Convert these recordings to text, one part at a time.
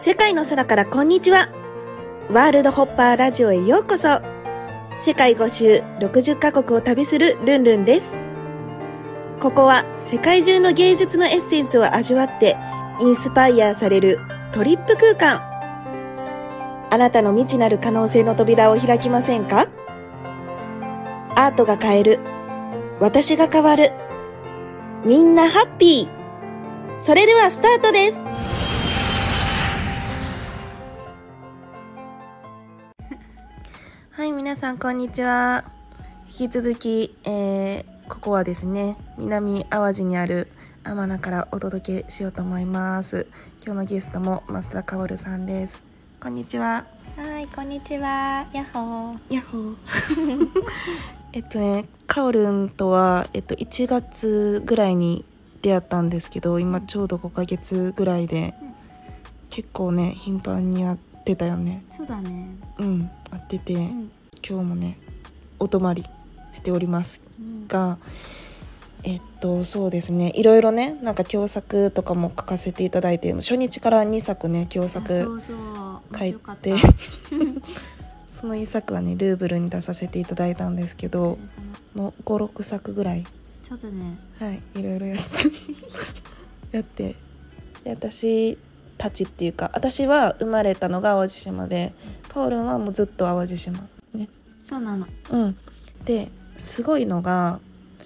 世界の空からこんにちは。ワールドホッパーラジオへようこそ。世界5周60カ国を旅するルンルンです。ここは世界中の芸術のエッセンスを味わってインスパイアされるトリップ空間。あなたの未知なる可能性の扉を開きませんか？アートが変える。私が変わる。みんなハッピー。それではスタートです。はい、皆さんこんにちは。引き続き、ここはですね、南淡路にあるアマナからお届けしようと思います。今日のゲストも増田かおるさんです。こんにちは。 はい、こんにちは。ヤッホー。 ヤッホー。かおるんとは、1月ぐらいに出会ったんですけど、今ちょうど5ヶ月ぐらいで、結構ね、頻繁に会ってたよね。 そうだね。 会ってて、今日もね、お泊まりしておりますが、そうですね、いろいろね、なんか共作とかも書かせていただいて、初日から2作ね、共作書いて、その1作はね、ルーブルに出させていただいたんですけど、もう5、6作ぐらい、 そうだね。 はい、いろいろやってで、私たちっていうか、私は生まれたのが淡路島で、かおるんはもうずっと淡路島ね。 そうなの。 ですごいのが、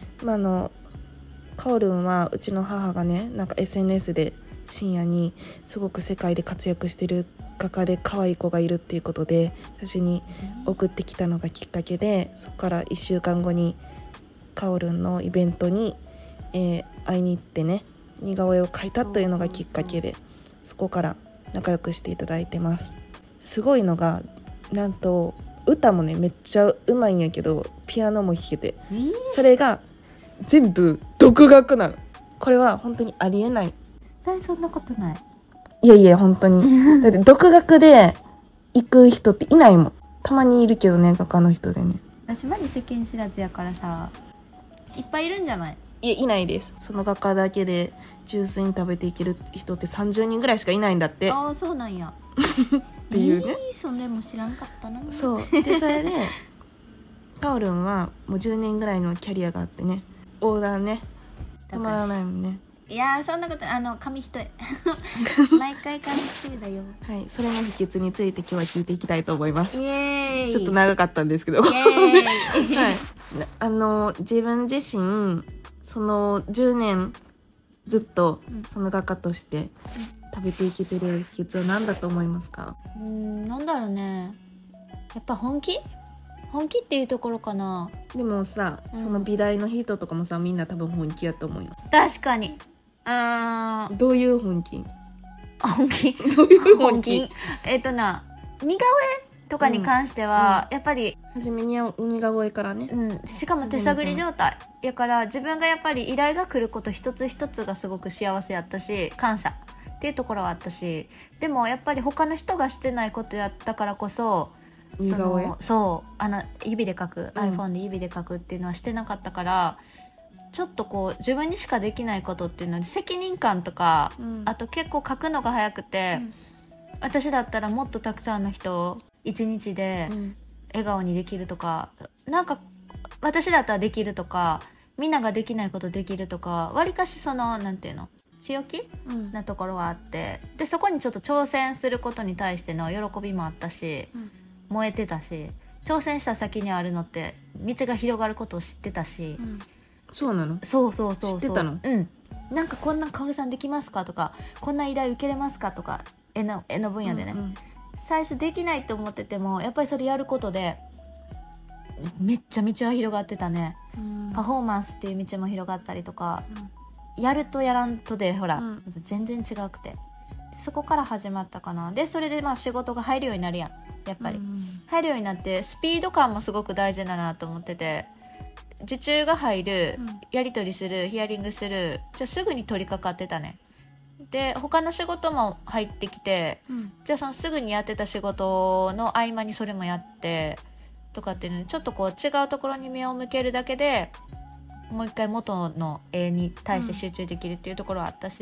かおるんはうちの母がね、なんか SNS で深夜にすごく世界で活躍してる画家で可愛い子がいるっていうことで私に送ってきたのがきっかけで、そこから1週間後にかおるんのイベントに、会いに行ってね、似顔絵を描いたというのがきっかけで、そこから仲良くしていただいてます。すごいのが、なんと歌もねめっちゃうまいんやけど、ピアノも弾けて、それが全部独学なの。これは本当にありえない。 そんなことない。 いや本当にだって独学で行く人っていないもん。たまにいるけどね、画家の人でね。 私まで世間知らずやからさ、いっぱいいるんじゃない？ いや、いないです。その画家だけで純粋に食べていける人って30人ぐらいしかいないんだって。 ああ、そうなんやっていうね。 そんでも知らんかったな。 そうで、それでかおるんはもう10年ぐらいのキャリアがあってね、横断ね止まらないもんね。 いやー、そんなこと、紙一重毎回紙一重だよ。 はい、それの秘訣について今日は聞いていきたいと思います。 イエーイ。 ちょっと長かったんですけど、 イエーイはい、自分自身その10年ずっとその画家として食べていけてる秘訣は何だと思いますか？ なんだろうね。やっぱ本気っていうところかな。 でもさ、その美大の人とかもさ、みんな多分本気やと思うよ。 確かに。 どういう本気？ 本気どういう本気？ 似顔絵とかに関しては、やっぱり初めに似顔絵からね、 しかも手探り状態やから自分がやっぱり依頼が来ること一つ一つがすごく幸せやったし、感謝っていうところはあったし、でもやっぱり他の人がしてないことやったからこそ、 似顔絵指で描く、iPhone で指で描くっていうのはしてなかったから、ちょっとこう自分にしかできないことっていうのに責任感とか、あと結構描くのが早くて、私だったらもっとたくさんの人を一日で笑顔にできるとか、なんか私だったらできるとか、みんなができないことできるとか、わりかしそのなんていうの、強気、なところはあって、でそこにちょっと挑戦することに対しての喜びもあったし、燃えてたし、挑戦した先にあるのって道が広がることを知ってたし、 そうなの？ そう知ってたの？ なんかこんなかおるさんできますかとか、こんな依頼受けれますかとか、絵の分野でね、最初できないと思ってても、やっぱりそれやることでめっちゃ道は広がってたね。パフォーマンスっていう道も広がったりとか、やるとやらんとでほら、全然違くて、そこから始まったかな。でそれで仕事が入るようになるやん。やっぱり、入るようになってスピード感もすごく大事だなと思ってて、受注が入る、やり取りする、ヒアリングする、じゃあすぐに取り掛かってたね。で他の仕事も入ってきて、じゃあそのすぐにやってた仕事の合間にそれもやってとかっていうのに、ちょっとこう違うところに目を向けるだけでもう一回元の絵に対して集中できるっていうところはあったし、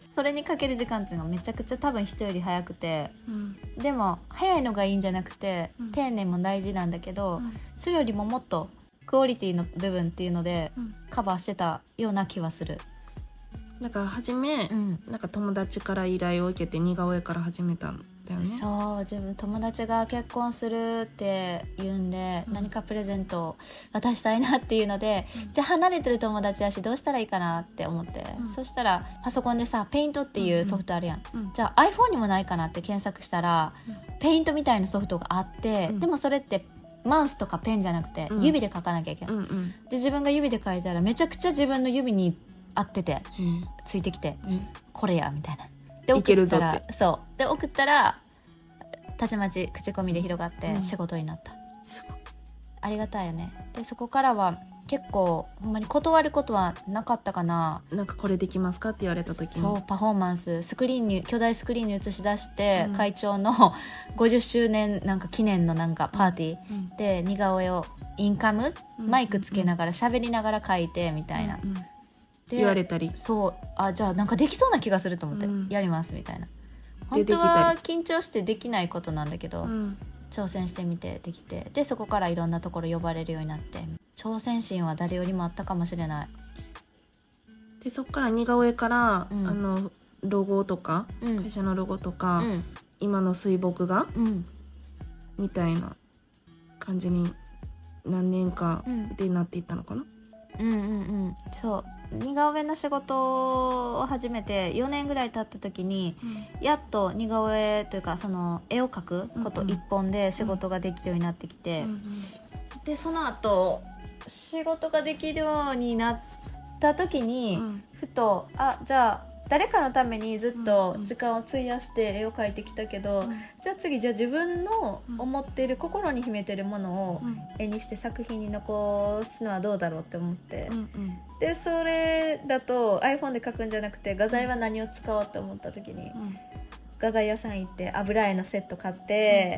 それにかける時間っていうのがめちゃくちゃ多分人より早くて、でも早いのがいいんじゃなくて、丁寧も大事なんだけど、それよりももっとクオリティの部分っていうのでカバーしてたような気はする。 なんか初め、なんか友達から依頼を受けて似顔絵から始めたんだよね。 そう、自分友達が結婚するって言うんで、何かプレゼントを渡したいなっていうので、じゃあ離れてる友達だしどうしたらいいかなって思って、そしたらパソコンでさペイントっていうソフトあるやん、じゃあ iPhone にもないかなって検索したら、ペイントみたいなソフトがあって、でもそれってマウスとかペンじゃなくて指で描かなきゃいけない、で自分が指で描いたらめちゃくちゃ自分の指に合ってて、ついてきて、これやみたいなで送ったら、そうで送ったらたちまち口コミで広がって仕事になった、ありがたいよね。でそこからは結構ほんまに断ることはなかったかな。 なんかこれできますかって言われた時に、 そうパフォーマンススクリーンに巨大スクリーンに映し出して、会長の50周年なんか記念のなんかパーティー、で似顔絵をインカム、マイクつけながら喋りながら描いてみたいな、で言われたり、 そうじゃあなんかできそうな気がすると思って、やりますみたいな。本当は緊張してできないことなんだけど、挑戦してみてできて、でそこからいろんなところ呼ばれるようになって、挑戦心は誰よりもあったかもしれない。 でそこから似顔絵から、ロゴとか、会社のロゴとか、今の水墨画、みたいな感じに何年かでなっていったのかな。 そう似顔絵の仕事を始めて4年ぐらい経った時に、やっと似顔絵というかその絵を描くこと一本で仕事ができるようになってきて、でその後仕事ができるようになった時に、ふとじゃあ誰かのためにずっと時間を費やして絵を描いてきたけど、じゃあ自分の思っている心に秘めてるものを絵にして作品に残すのはどうだろうって思って、でそれだと iPhone で描くんじゃなくて画材は何を使おうって思った時に、画材屋さん行って油絵のセット買って、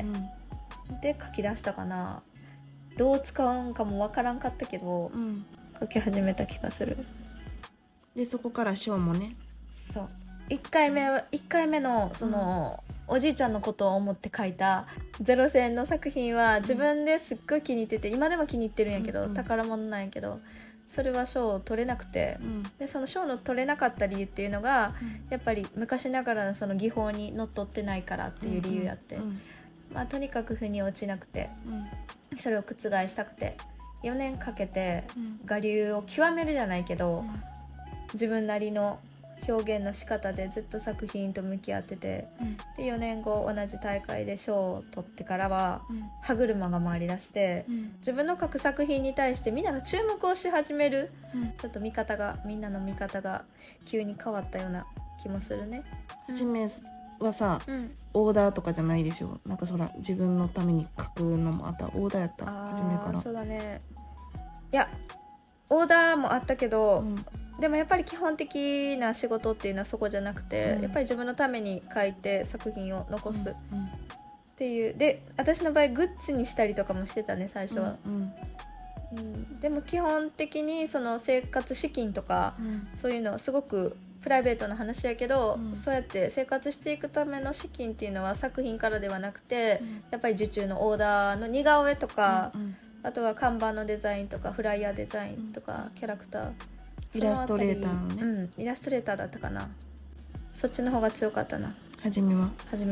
で描き出したかな。どう使うんかもわからんかったけど、描き始めた気がする。 でそこからショーもね、 そう1回目のその、おじいちゃんのことを思って描いた0線の作品は自分ですっごい気に入ってて、今でも気に入ってるんやけど、宝物なんやけど、それは賞を取れなくて、でその賞の取れなかった理由っていうのが、やっぱり昔ながらのその技法にのっとってないからっていう理由やって、とにかく腑に落ちなくて、それを覆したくて4年かけて我流を極めるじゃないけど、自分なりの表現の仕方でずっと作品と向き合ってて、で4年後同じ大会で賞を取ってからは、歯車が回りだして、自分の書く作品に対してみんなが注目をし始める、ちょっとみんなの見方が急に変わったような気もするね。 初めはさ、オーダーとかじゃないでしょ。なんかそら自分のために書くのもあった、オーダーやった、初めから。 そうだね。いやオーダーもあったけど、でもやっぱり基本的な仕事っていうのはそこじゃなくて、やっぱり自分のために書いて作品を残すっていう、で私の場合グッズにしたりとかもしてたね最初は、でも基本的にその生活資金とか、そういうのすごくプライベートな話やけど、そうやって生活していくための資金っていうのは作品からではなくて、やっぱり受注のオーダーの似顔絵とか、あとは看板のデザインとかフライヤーデザインとかキャラクター、 イラストレーターのね、 イラストレーターだったかな。そっちの方が強かったな、 初めは。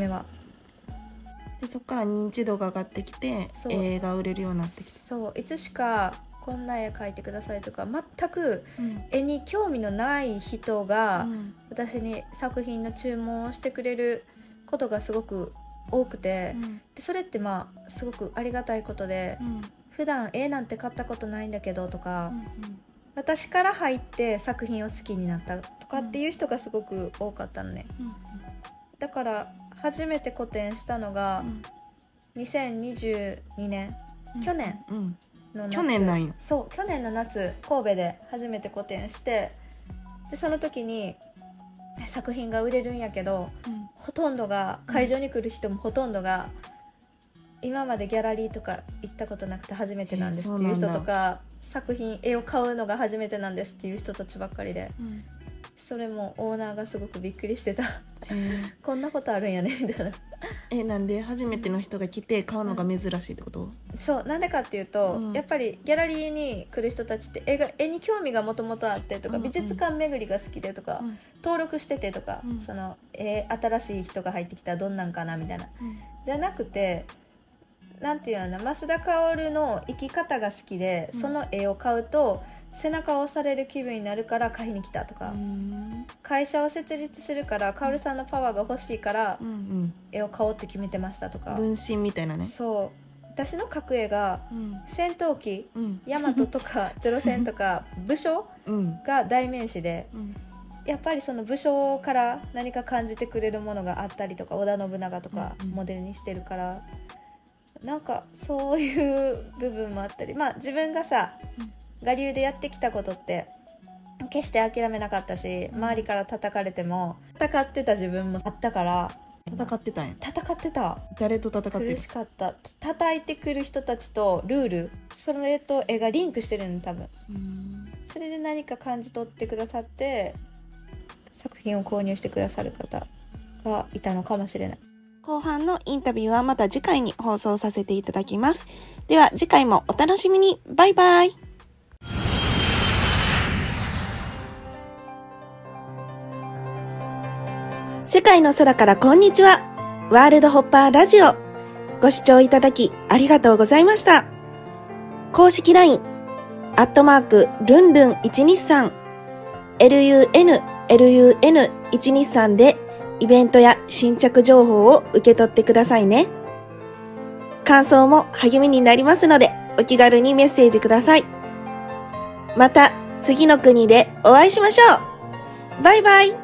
でそっから認知度が上がってきて、絵が売れるようになってきて、 そういつしかこんな絵描いてくださいとか、全く絵に興味のない人が私に作品の注文をしてくれることがすごく多くて、でそれってすごくありがたいことで、普段絵なんて買ったことないんだけどとか、私から入って作品を好きになったとかっていう人がすごく多かったのね、だから初めて個展したのが2022年、去年の夏、 去年なんよ。 そう去年の夏神戸で初めて個展して、でその時に作品が売れるんやけど、ほとんどが会場に来る人もほとんどが、今までギャラリーとか行ったことなくて初めてなんですっていう人とか、作品絵を買うのが初めてなんですっていう人たちばっかりで、 それもオーナーがすごくびっくりしてたこんなことあるんやねみたいな。 なんで初めての人が来て買うのが珍しいってこと？ そう、なんでかっていうと、 うんやっぱりギャラリーに来る人たちって絵に興味がもともとあってとか、 うんうん美術館巡りが好きでとか、 うん登録しててとか、 うんその新しい人が入ってきたらどんなんかなみたいな、じゃなくて、なんていうの、増田薫の生き方が好きで、その絵を買うと背中を押される気分になるから買いに来たとか、会社を設立するから薫さんのパワーが欲しいから絵を買おうって決めてましたとか、 分身みたいなね。 そう私の描く絵が戦闘機、ヤマトとかゼロ戦とか武将が代名詞で、やっぱりその武将から何か感じてくれるものがあったりとか、織田信長とかモデルにしてるから、なんかそういう部分もあったり、まあ自分がさ我流でやってきたことって決して諦めなかったし、周りから叩かれても戦ってた自分もあったから。 戦ってたんや。 戦ってた。 誰と戦ってる？ 苦しかった。叩いてくる人たちとルール、それと絵がリンクしてるの多分。それで何か感じ取ってくださって作品を購入してくださる方がいたのかもしれない。 後半のインタビューはまた次回に放送させていただきます。では次回もお楽しみに。バイバイ。世界の空からこんにちは。ワールドホッパーラジオ。ご視聴いただきありがとうございました。公式 LINE、ルンルン123、LUN123 でイベントや新着情報を受け取ってくださいね。感想も励みになりますので、お気軽にメッセージください。また次の国でお会いしましょう。バイバイ。